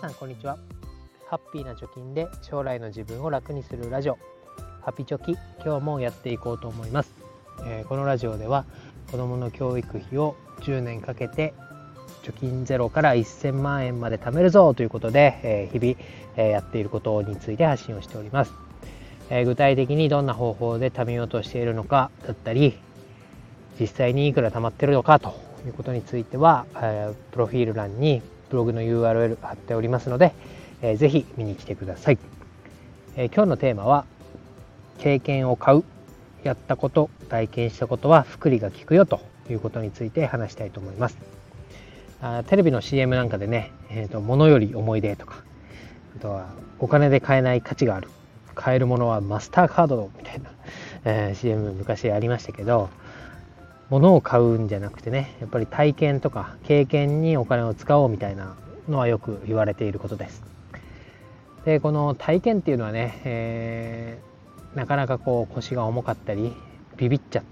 さんこんにちは。ハッピーな貯金で将来の自分を楽にするラジオハピチョキ、今日もやっていこうと思います。このラジオでは子どもの教育費を10年かけて貯金ゼロから1000万円まで貯めるぞということで、日々やっていることについて発信をしております。具体的にどんな方法で貯めようとしているのかだったり、実際にいくら貯まっているのかということについては、プロフィール欄にブログの URL 貼っておりますので、ぜひ見に来てください。今日のテーマは経験を買う、やったこと、体験したことは複利が効くよということについて話したいと思います。テレビの CM なんかでね、物より思い出とか、あとはお金で買えない価値がある、買えるものはマスターカードみたいな、CM 昔ありましたけど、物を買うんじゃなくてね、やっぱり体験とか経験にお金を使おうみたいなのはよく言われていることです。で、この体験っていうのはね、なかなかこう腰が重かったりビビっちゃって、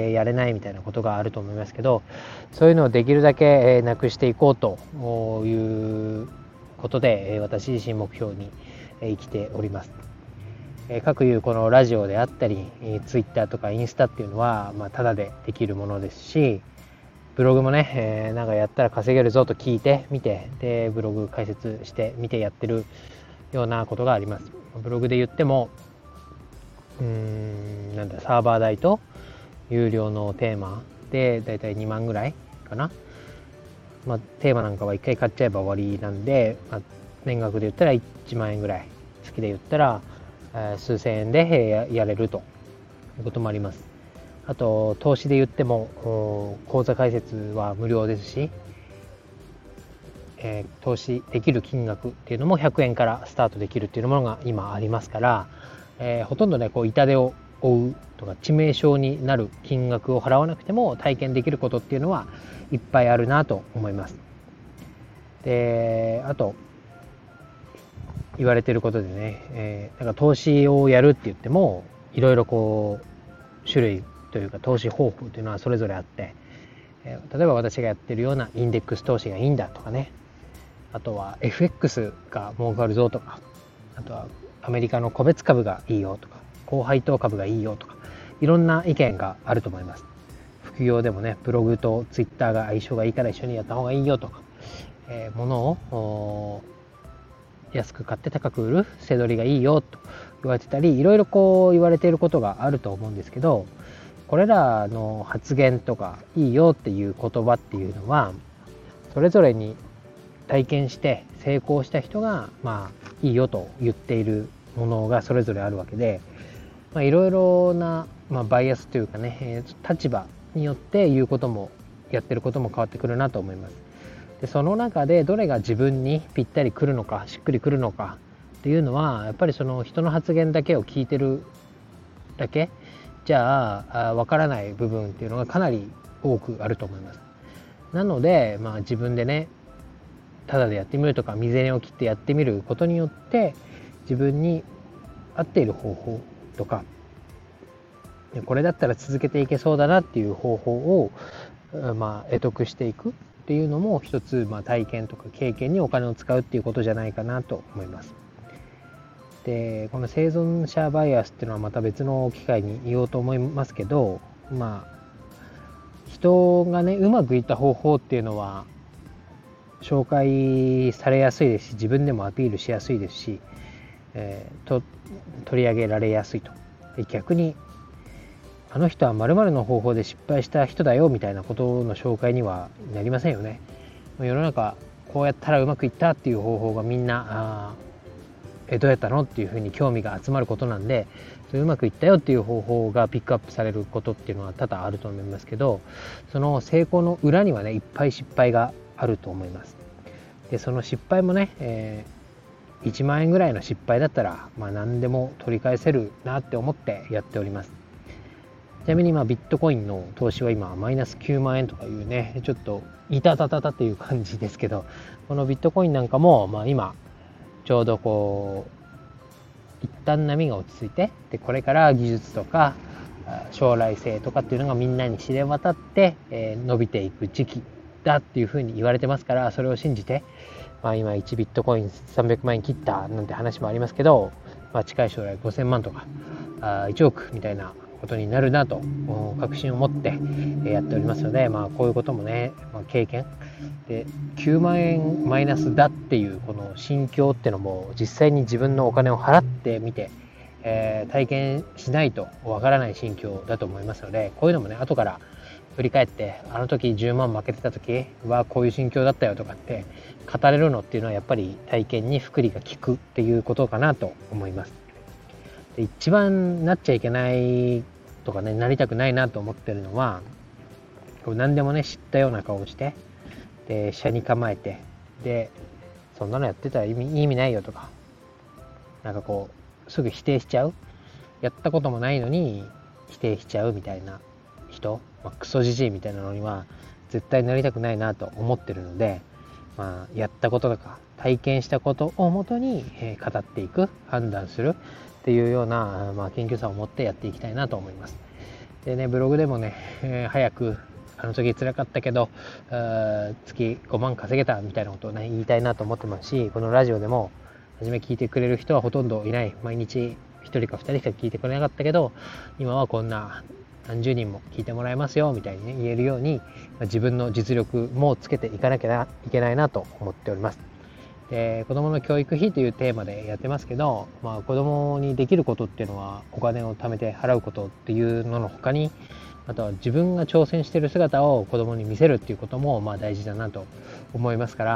やれないみたいなことがあると思いますけど、そういうのをできるだけ、なくしていこうということで、私自身目標に、生きております。各いうこのラジオであったり、ツイッターとかインスタっていうのは、タダでできるものですし、ブログもね、なんかやったら稼げるぞと聞いてみて、でブログ解説してみてやってるようなことがあります。ブログで言ってもサーバー代と有料のテーマでだいたい2万ぐらいかな。テーマなんかは1回買っちゃえば終わりなんで、年額で言ったら1万円ぐらい、月で言ったら数千円でやれるということもあります。あと投資で言っても口座開設は無料ですし、投資できる金額っていうのも100円からスタートできるっていうものが今ありますから、ほとんどねこう痛手を負うとか致命傷になる金額を払わなくても体験できることっていうのはいっぱいあるなと思います。で、あと言われていることでね、なんか投資をやるって言ってもいろいろこう種類というか投資方法というのはそれぞれあって、例えば私がやってるようなインデックス投資がいいんだとかね、あとは FX が儲かるぞとか、あとはアメリカの個別株がいいよとか、高配当株がいいよとか、いろんな意見があると思います。副業でもね、ブログとツイッターが相性がいいから一緒にやった方がいいよとか、物を安く買って高く売る背取りがいいよと言われてたり、いろいろこう言われていることがあると思うんですけど、これらの発言とかいいよっていう言葉っていうのはそれぞれに体験して成功した人がいいよと言っているものがそれぞれあるわけで、いろいろな、バイアスというかね、立場によって言うこともやってることも変わってくるなと思います。で、その中でどれが自分にぴったりくるのか、しっくりくるのかっていうのはやっぱりその人の発言だけを聞いてるだけじゃわからない部分っていうのがかなり多くあると思います。なので、自分でねただでやってみるとか身銭を切ってやってみることによって自分に合っている方法とか、これだったら続けていけそうだなっていう方法を得得していくっていうのも一つ、体験とか経験にお金を使うっていうことじゃないかなと思います。で、この生存者バイアスっていうのはまた別の機会に言おうと思いますけど、人がねうまくいった方法っていうのは紹介されやすいですし、自分でもアピールしやすいですし、取り上げられやすいと。で、逆にあの人は〇〇の方法で失敗した人だよみたいなことの紹介にはなりませんよね。世の中こうやったらうまくいったっていう方法がみんなどうやったのっていうふうに興味が集まることなんで、うまくいったよっていう方法がピックアップされることっていうのは多々あると思いますけど、その成功の裏にはねいっぱい失敗があると思います。で、その失敗もね、1万円ぐらいの失敗だったら、何でも取り返せるなって思ってやっております。ちなみにビットコインの投資は今マイナス9万円とかいうね、ちょっといたたたたっていう感じですけど、このビットコインなんかも、今ちょうどこう一旦波が落ち着いて、でこれから技術とか将来性とかっていうのがみんなに知れ渡って、伸びていく時期だっていうふうに言われてますから、それを信じて今1ビットコイン300万円切ったなんて話もありますけど、近い将来5000万とか1億みたいなことになるなと確信を持ってやっておりますので、こういうこともね、経験で9万円マイナスだっていうこの心境っていうのも実際に自分のお金を払ってみて、体験しないとわからない心境だと思いますので、こういうのもね後から振り返ってあの時10万負けてた時はこういう心境だったよとかって語れるのっていうのはやっぱり体験に複利が効くっていうことかなと思います。で一番なっちゃいけないとかね、なりたくないなと思ってるのは、こう何でもね知ったような顔をしてで車に構えて、でそんなのやってたら意味ないよとか、なんかこうすぐ否定しちゃう、やったこともないのに否定しちゃうみたいな人、クソじじいみたいなのには絶対なりたくないなと思ってるので、やったこととか体験したことをもとに語っていく、判断するっていうような、謙虚さを持ってやっていきたいなと思います。でね、ブログでもね、早くあの時辛かったけど月5万稼げたみたいなことをね言いたいなと思ってますし、このラジオでも初め聞いてくれる人はほとんどいない、毎日1人か2人しか聞いてくれなかったけど、今はこんな何十人も聞いてもらえますよみたいに、ね、言えるように自分の実力もつけていかなきゃいけないなと思っております。で、子どもの教育費というテーマでやってますけど、子どもにできることっていうのはお金を貯めて払うことっていうのの他に、あとは自分が挑戦している姿を子どもに見せるっていうことも大事だなと思いますから、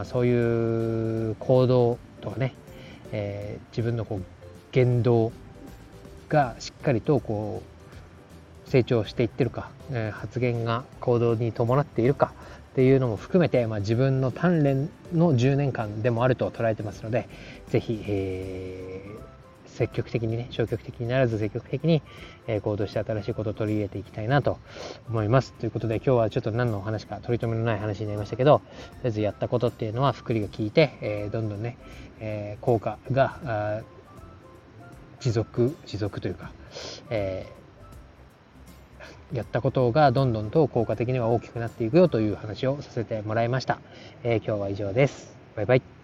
そういう行動とかね、自分の言動がしっかりと成長していってるか、発言が行動に伴っているかっていうのも含めて、自分の鍛錬の10年間でもあると捉えてますので、ぜひ、積極的にね、消極的にならず積極的に行動して新しいことを取り入れていきたいなと思います。ということで今日はちょっと何のお話か取り留めのない話になりましたけど、とりあえずやったことっていうのは複利が効いて、どんどんね、効果が持続というか、やったことがどんどんと効果的には大きくなっていくよという話をさせてもらいました。今日は以上です。バイバイ。